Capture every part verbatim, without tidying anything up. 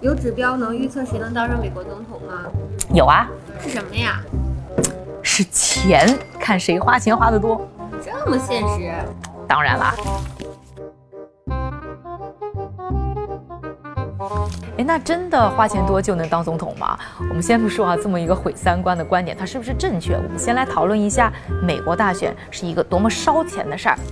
有指标能预测谁能当上美国总统吗？ 有啊， 是什么呀？ 是钱，看谁花钱花得多。 这么现实？ 当然啦。哎，那真的花钱多就能当总统吗？我们先不说啊，这么一个毁三观的观点，它是不是正确？我们先来讨论一下美国大选是一个多么烧钱的事儿。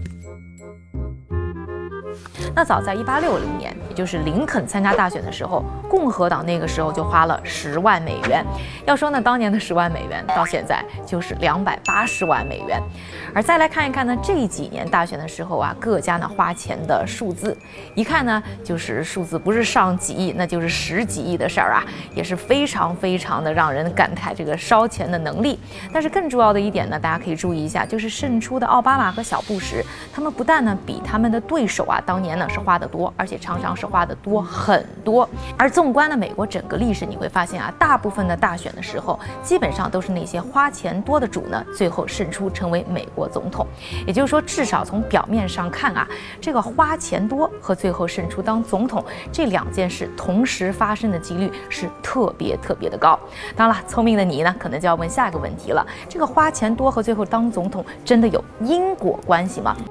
那早在一八六零年，也就是林肯参加大选的时候，共和党那个时候就花了十万美元。要说呢，当年的十万美元到现在就是两百八十万美元。而再来看一看呢，这几年大选的时候啊，各家呢花钱的数字，一看呢就是数字不是上几亿，那就是十几亿的事儿啊，也是非常非常的让人感慨这个烧钱的能力。但是更重要的一点呢，大家可以注意一下，就是胜出的奥巴马和小布什，他们不但呢比他们的对手啊当年呢是花得多，而且常常是花得多很多。而纵观呢美国整个历史，你会发现啊，大部分的大选的时候，基本上都是那些花钱多的主呢，最后胜出成为美国总统。也就是说，至少从表面上看啊，这个花钱多和最后胜出当总统这两件事同时发生的几率是特别特别的高。当然了，聪明的你呢，可能就要问下一个问题了：这个花钱多和最后当总统真的有因果关系吗？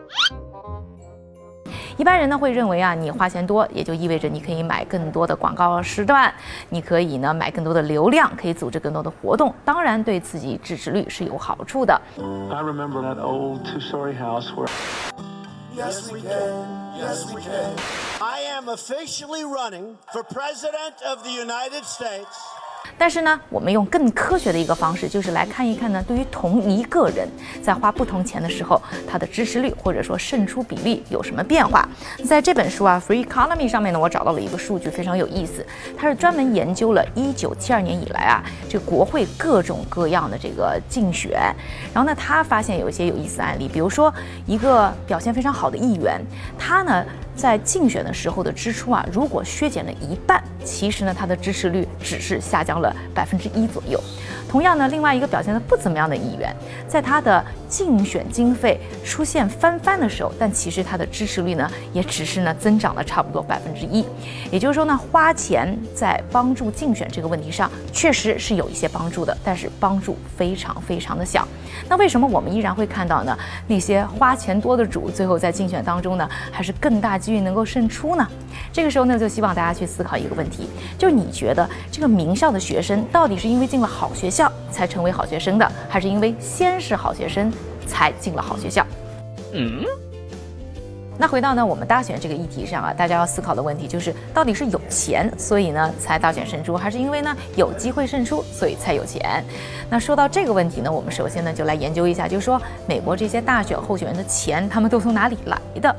一般人呢会认为啊，你花钱多，也就意味着你可以买更多的广告时段，你可以呢买更多的流量，可以组织更多的活动，当然对自己支持率是有好处的。 I remember that old two-story house where. Yes, we can. Yes, we can. I am officially running for president of the United States. 但是呢，我们用更科学的一个方式，就是来看一看呢，对于同一个人在花不同钱的时候，他的支持率或者说胜出比例有什么变化。在这本书啊《Free Economy》上面呢，我找到了一个数据非常有意思，它是专门研究了一九七二年以来啊，这个国会各种各样的这个竞选，然后呢，他发现有一些有意思的案例，比如说一个表现非常好的议员，他呢在竞选的时候的支出啊，如果削减了一半，其实呢，他的支持率只是下降了百分之一左右。同样呢，另外一个表现得不怎么样的议员，在他的竞选经费出现翻番的时候，但其实他的支持率呢，也只是呢增长了差不多百分之一。也就是说呢，花钱在帮助竞选这个问题上，确实是有一些帮助的，但是帮助非常非常的小。那为什么我们依然会看到呢？那些花钱多的主，最后在竞选当中呢，还是更大几率能够胜出呢？这个时候呢，就希望大家去思考一个问题，就是你觉得这个名校的学生到底是因为进了好学校才成为好学生的，还是因为先是好学生才进了好学校？嗯。那回到呢我们大选这个议题上啊，大家要思考的问题就是，到底是有钱所以呢才大选胜出，还是因为呢有机会胜出所以才有钱？那说到这个问题呢，我们首先呢就来研究一下，就是说美国这些大选候选人的钱，他们都从哪里来的？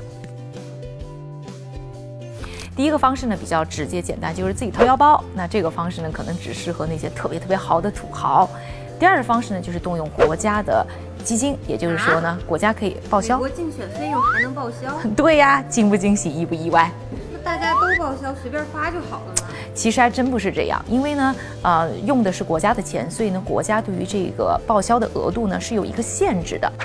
第一个方式呢比较直接简单，就是自己掏腰包。那这个方式呢可能只适合那些特别特别豪的土豪。第二个方式呢就是动用国家的基金，也就是说呢、啊、国家可以报销。 美国竞选费用还能报销？ 对呀，惊不惊喜，意不意外？ 那大家都报销，随便花就好了吗？ 其实还真不是这样，因为呢，呃，用的是国家的钱，所以呢，国家对于这个报销的额度呢是有一个限制的。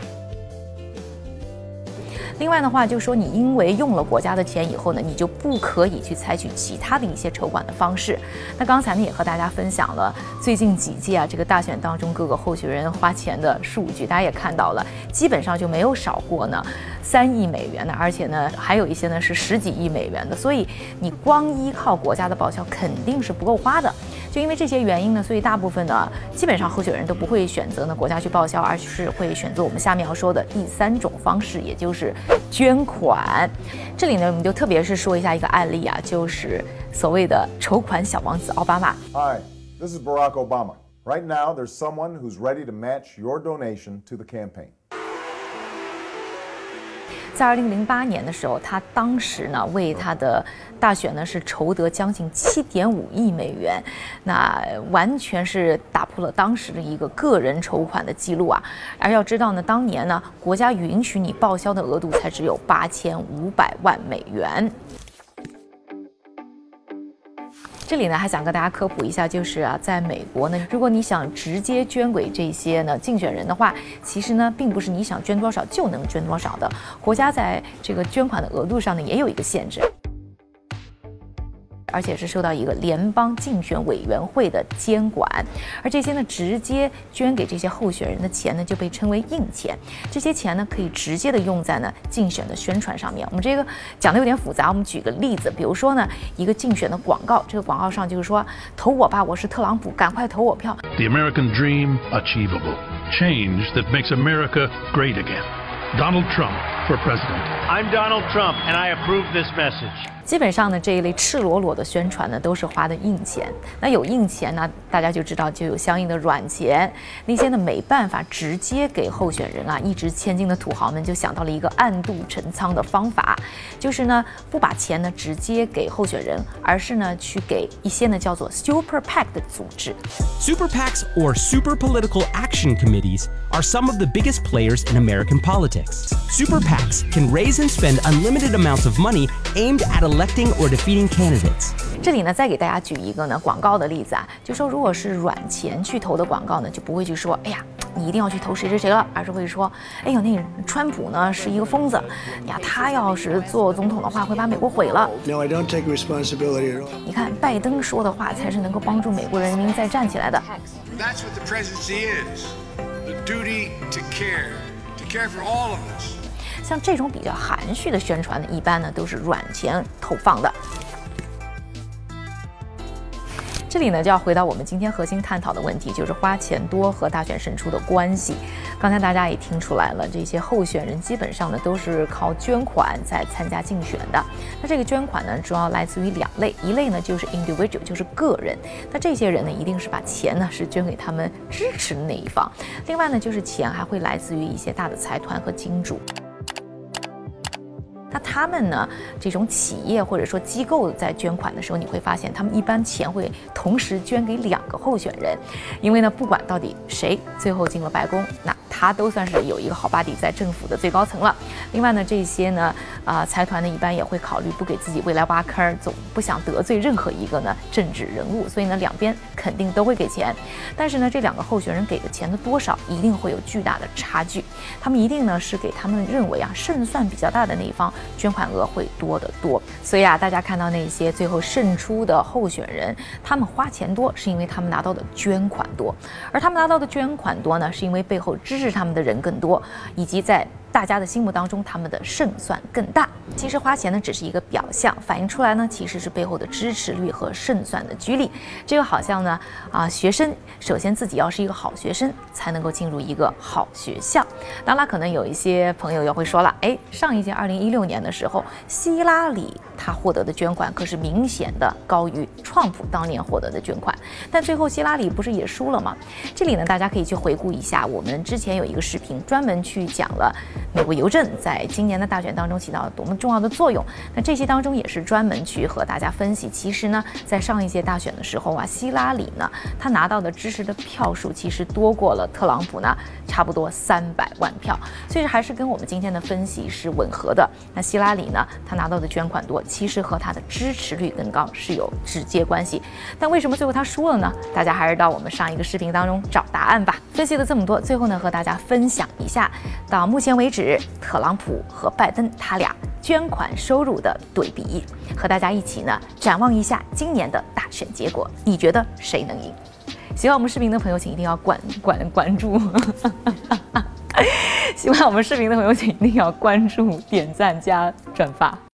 另外的话，就是说你因为用了国家的钱以后呢，你就不可以去采取其他的一些筹款的方式。那刚才呢也和大家分享了最近几届啊这个大选当中各个候选人花钱的数据，大家也看到了，基本上就没有少过呢三亿美元的，而且呢还有一些呢是十几亿美元的。所以你光依靠国家的报销肯定是不够花的。就因为这些原因呢，所以大部分呢基本上候选人都不会选择呢国家去报销，而是会选择我们下面要说的第三种方式，也就是捐款。这里呢我们就特别是说一下一个案例啊，就是所谓的筹款小王子奥巴马。 Hi, this is Barack Obama. Right now there's someone who's ready to match your donation to the campaign. 在二零零八年的时候，他当时呢为他的大选呢是筹得将近七点五亿美元，那完全是打破了当时的一个个人筹款的记录啊。而要知道呢，当年呢国家允许你报销的额度才只有八千五百万美元。这里呢还想跟大家科普一下，就是啊，在美国呢，如果你想直接捐给这些呢竞选人的话，其实呢并不是你想捐多少就能捐多少的，国家在这个捐款的额度上呢也有一个限制。 而且是受到一个联邦竞选委员会的监管。而这些呢，直接捐给这些候选人的钱呢，就被称为印钱。这些钱呢，可以直接的用在呢竞选的宣传上面。我们这个讲的有点复杂，我们举个例子，比如说呢，一个竞选的广告，这个广告上就是说，投我吧，我是特朗普，赶快投我票。 The American dream achievable. Change that makes America great again. Donald Trump for president. I'm Donald Trump, and I approve this message. 基本上呢，这一类赤裸裸的宣传呢，都是花的印钱。那有印钱呢，大家就知道就有相应的软钱。那些呢没办法直接给候选人啊一掷千金的土豪们，就想到了一个暗度陈仓的方法，就是呢不把钱呢直接给候选人，而是呢去给一些呢叫做 Super PAC 的组织。 Super PACs or Super Political Action Committees are some of the biggest players in American politics. Super PACs can raise and spend unlimited amounts of money aimed at electing or defeating candidates. 这里呢，再给大家举一个呢广告的例子啊，就说如果是软钱去投的广告呢，就不会去说，哎呀，你一定要去投谁谁谁了，而是会说，哎呦，那川普呢是一个疯子，呀，他要是做总统的话，会把美国毁了。 No, I don't take responsibility at all. 你看，拜登说的话才是能够帮助美国人民再站起来的。 That's what the presidency is. The duty to care, to care for all of us. 像这种比较含蓄的宣传呢，一般呢都是软钱投放的。这里呢就要回到我们今天核心探讨的问题，就是花钱多和大选胜出的关系。刚才大家也听出来了，这些候选人基本上呢都是靠捐款在参加竞选的。那这个捐款呢主要来自于两类，一类呢就是 individual， 就是个人。那这些人呢一定是把钱呢是捐给他们支持的那一方。另外呢就是钱还会来自于一些大的财团和金主。那他们呢？这种企业或者说机构在捐款的时候，你会发现他们一般钱会同时捐给两个候选人，因为呢，不管到底谁最后进了白宫，那他都算是有一个好把底在政府的最高层了。另外呢，这些呢，啊、呃，财团呢一般也会考虑不给自己未来挖坑，总不想得罪任何一个呢政治人物，所以呢，两边肯定都会给钱。但是呢，这两个候选人给的钱的多少一定会有巨大的差距，他们一定呢是给他们认为啊胜算比较大的那一方。捐款额会多得多，所以啊，大家看到那些最后胜出的候选人，他们花钱多，是因为他们拿到的捐款多，而他们拿到的捐款多呢，是因为背后支持他们的人更多，以及在大家的心目当中，他们的胜算更大。其实花钱呢只是一个表象，反映出来呢其实是背后的支持率和胜算的居力。这个好像呢啊，学生首先自己要是一个好学生，才能够进入一个好学校。当然，可能有一些朋友又会说了，哎，上一届二零一六年的时候，希拉里他获得的捐款可是明显的高于川普当年获得的捐款，但最后希拉里不是也输了吗？这里呢，大家可以去回顾一下，我们之前有一个视频专门去讲了美国邮政在今年的大选当中起到了多么重要的作用。那这些当中也是专门去和大家分析，其实呢，在上一届大选的时候啊，希拉里呢，他拿到的支持的票数其实多过了特朗普呢，差不多三百万票，所以还是跟我们今天的分析是吻合的。那希拉里呢，他拿到的捐款多，其实和他的支持率更高是有直接关系。但为什么最后他输了呢？大家还是到我们上一个视频当中找答案吧。分析了这么多，最后呢，和大家分享一下，到目前为止，特朗普和拜登他俩捐款收入的对比，和大家一起呢展望一下今年的大选结果，你觉得谁能赢？喜欢我们视频的朋友，请一定要关关关注。喜欢我们视频的朋友，请一定要关注、点赞加转发。